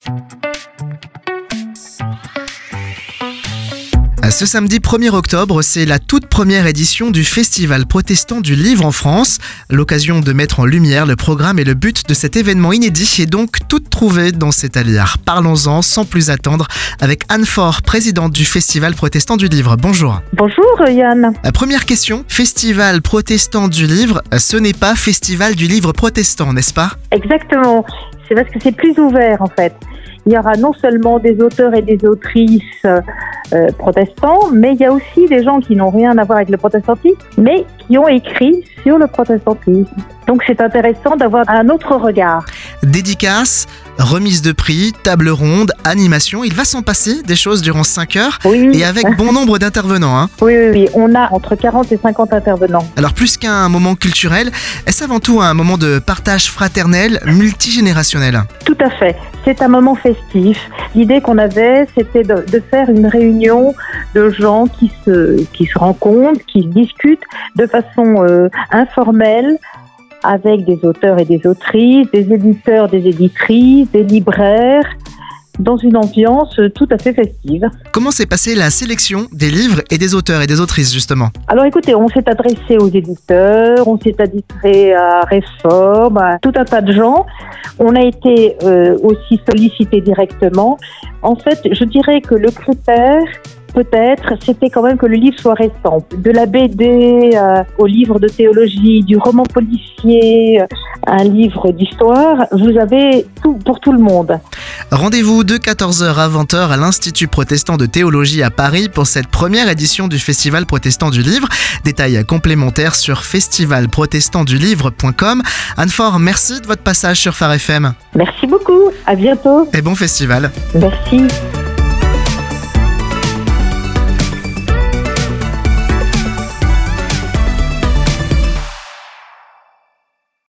Ce samedi 1er octobre, c'est la toute première édition du Festival protestant du livre en France. L'occasion de mettre en lumière le programme et le but de cet événement inédit est donc toute trouvée dans cet à lire. Parlons-en sans plus attendre avec Anne Faure, présidente du Festival protestant du livre. Bonjour. Bonjour Yann. Première question, Festival protestant du livre, ce n'est pas Festival du livre protestant, n'est-ce pas ? Exactement, c'est parce que c'est plus ouvert en fait. Il y aura non seulement des auteurs et des autrices protestants, mais il y a aussi des gens qui n'ont rien à voir avec le protestantisme, mais qui ont écrit sur le protestantisme. Donc c'est intéressant d'avoir un autre regard. Dédicaces, remise de prix, table ronde, animation, il va s'en passer des choses durant 5 heures et avec bon nombre d'intervenants. Hein. Oui, on a entre 40 et 50 intervenants. Alors plus qu'un moment culturel, est-ce avant tout un moment de partage fraternel, multigénérationnel ? Tout à fait, c'est un moment festif. L'idée qu'on avait, c'était de faire une réunion de gens qui se rencontrent, qui discutent de façon informelle, avec des auteurs et des autrices, des éditeurs, des éditrices, des libraires, dans une ambiance tout à fait festive. Comment s'est passée la sélection des livres et des auteurs et des autrices, justement ? Alors écoutez, on s'est adressé aux éditeurs, on s'est adressé à Réforme, à tout un tas de gens. On a été aussi sollicité directement. En fait, je dirais que le critère, peut-être, c'était quand même que le livre soit récent. De la BD au livre de théologie, du roman policier, un livre d'histoire, vous avez tout pour tout le monde. Rendez-vous de 14h à 20h à l'Institut protestant de théologie à Paris pour cette première édition du Festival protestant du livre. Détails complémentaires sur festivalprotestantdulivre.com. Anne Faure, merci de votre passage sur Phare FM. Merci beaucoup, à bientôt. Et bon festival. Merci.